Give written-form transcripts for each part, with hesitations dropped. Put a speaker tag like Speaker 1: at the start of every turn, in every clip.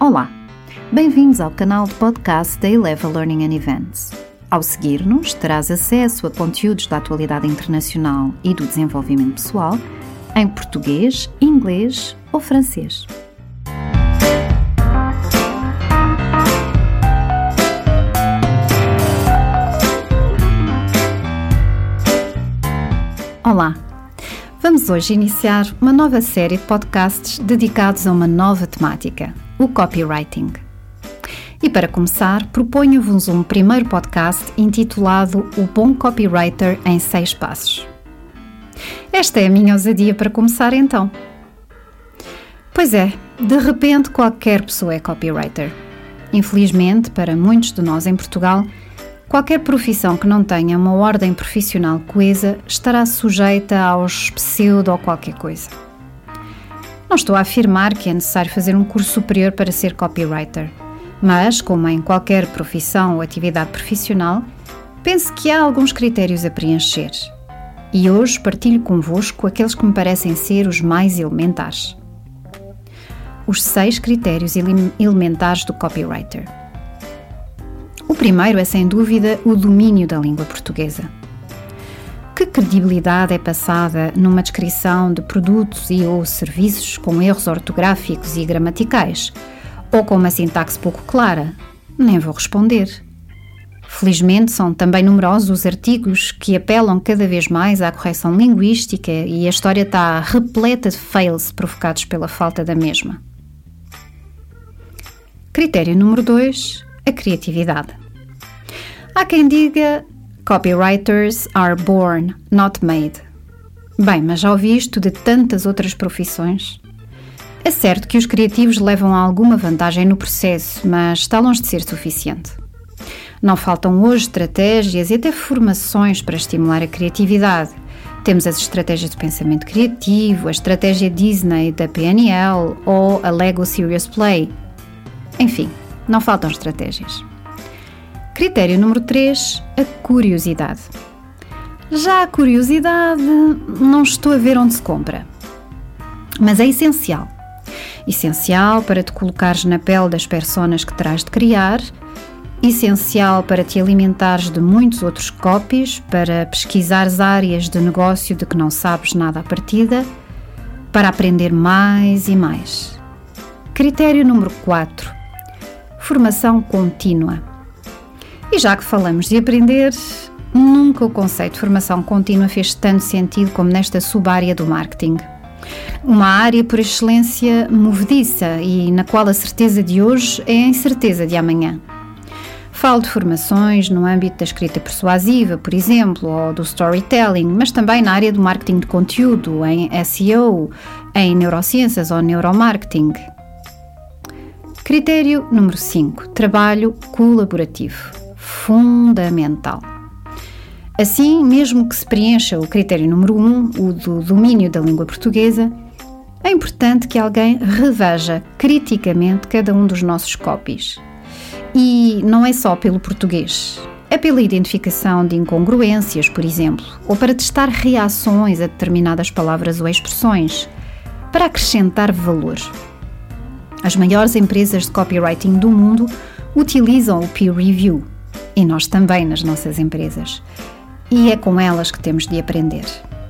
Speaker 1: Olá, bem-vindos ao canal de podcast da Eleva Learning and Events. Ao seguir-nos, terás acesso a conteúdos da atualidade internacional e do desenvolvimento pessoal em português, inglês ou francês. Olá! Vamos hoje iniciar uma nova série de podcasts dedicados a uma nova temática, o copywriting. E para começar, proponho-vos um primeiro podcast intitulado O Bom Copywriter em 6 Passos. Esta é a minha ousadia para começar então. Pois é, de repente qualquer pessoa é copywriter. Infelizmente, para muitos de nós em Portugal, qualquer profissão que não tenha uma ordem profissional coesa estará sujeita aos pseudo ou qualquer coisa. Não estou a afirmar que é necessário fazer um curso superior para ser copywriter, mas, como em qualquer profissão ou atividade profissional, penso que há alguns critérios a preencher. E hoje partilho convosco aqueles que me parecem ser os mais elementares. Os 6 critérios elementares do copywriter. O primeiro é, sem dúvida, o domínio da língua portuguesa. Que credibilidade é passada numa descrição de produtos e ou serviços com erros ortográficos e gramaticais, ou com uma sintaxe pouco clara? Nem vou responder. Felizmente, são também numerosos os artigos que apelam cada vez mais à correção linguística e a história está repleta de fails provocados pela falta da mesma. Critério número 2, a criatividade. Há quem diga copywriters are born, not made. Bem, mas já ouvi isto de tantas outras profissões. É certo que os criativos levam a alguma vantagem no processo, mas está longe de ser suficiente. Não faltam hoje estratégias e até formações para estimular a criatividade. Temos as estratégias de pensamento criativo, a estratégia Disney da PNL ou a Lego Serious Play. Enfim, não faltam estratégias. Critério número 3, a curiosidade. Já a curiosidade, não estou a ver onde se compra. Mas é essencial. Essencial para te colocares na pele das personas que terás de criar, essencial para te alimentares de muitos outros copies, para pesquisares áreas de negócio de que não sabes nada à partida, para aprender mais e mais. Critério número 4, formação contínua. E já que falamos de aprender, nunca o conceito de formação contínua fez tanto sentido como nesta sub-área do marketing. Uma área por excelência movediça e na qual a certeza de hoje é a incerteza de amanhã. Falo de formações no âmbito da escrita persuasiva, por exemplo, ou do storytelling, mas também na área do marketing de conteúdo, em SEO, em neurociências ou neuromarketing. Critério número 5, trabalho colaborativo. Fundamental. Assim, mesmo que se preencha o critério número 1, o do domínio da língua portuguesa, é importante que alguém reveja criticamente cada um dos nossos copies. E não é só pelo português, é pela identificação de incongruências, por exemplo, ou para testar reações a determinadas palavras ou expressões, para acrescentar valor. As maiores empresas de copywriting do mundo utilizam o peer review, e nós também nas nossas empresas. E é com elas que temos de aprender.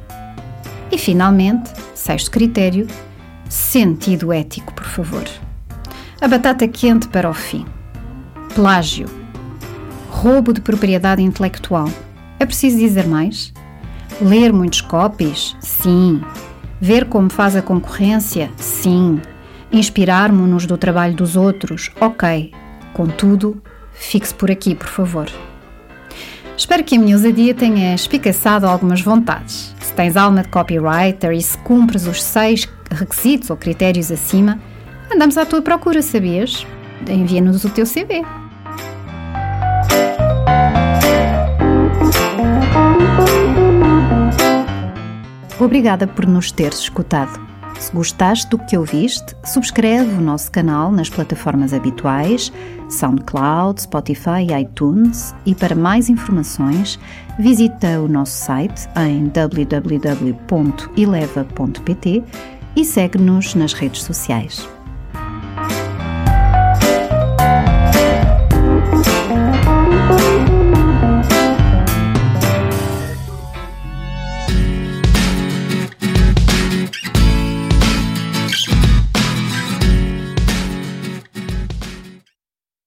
Speaker 1: E finalmente, 6º critério, sentido ético, por favor. A batata quente para o fim. Plágio. Roubo de propriedade intelectual. É preciso dizer mais? Ler muitos copies? Sim. Ver como faz a concorrência? Sim. Inspirarmos-nos do trabalho dos outros? Ok. Contudo, fixe por aqui, por favor. Espero que a minha ousadia tenha espicaçado algumas vontades. Se tens alma de copywriter e se cumpres os 6 requisitos ou critérios acima, andamos à tua procura, sabias? Envia-nos o teu CV. Obrigada por nos teres escutado. Se gostaste do que ouviste, subscreve o nosso canal nas plataformas habituais, SoundCloud, Spotify e iTunes, e para mais informações visita o nosso site em www.eleva.pt e segue-nos nas redes sociais.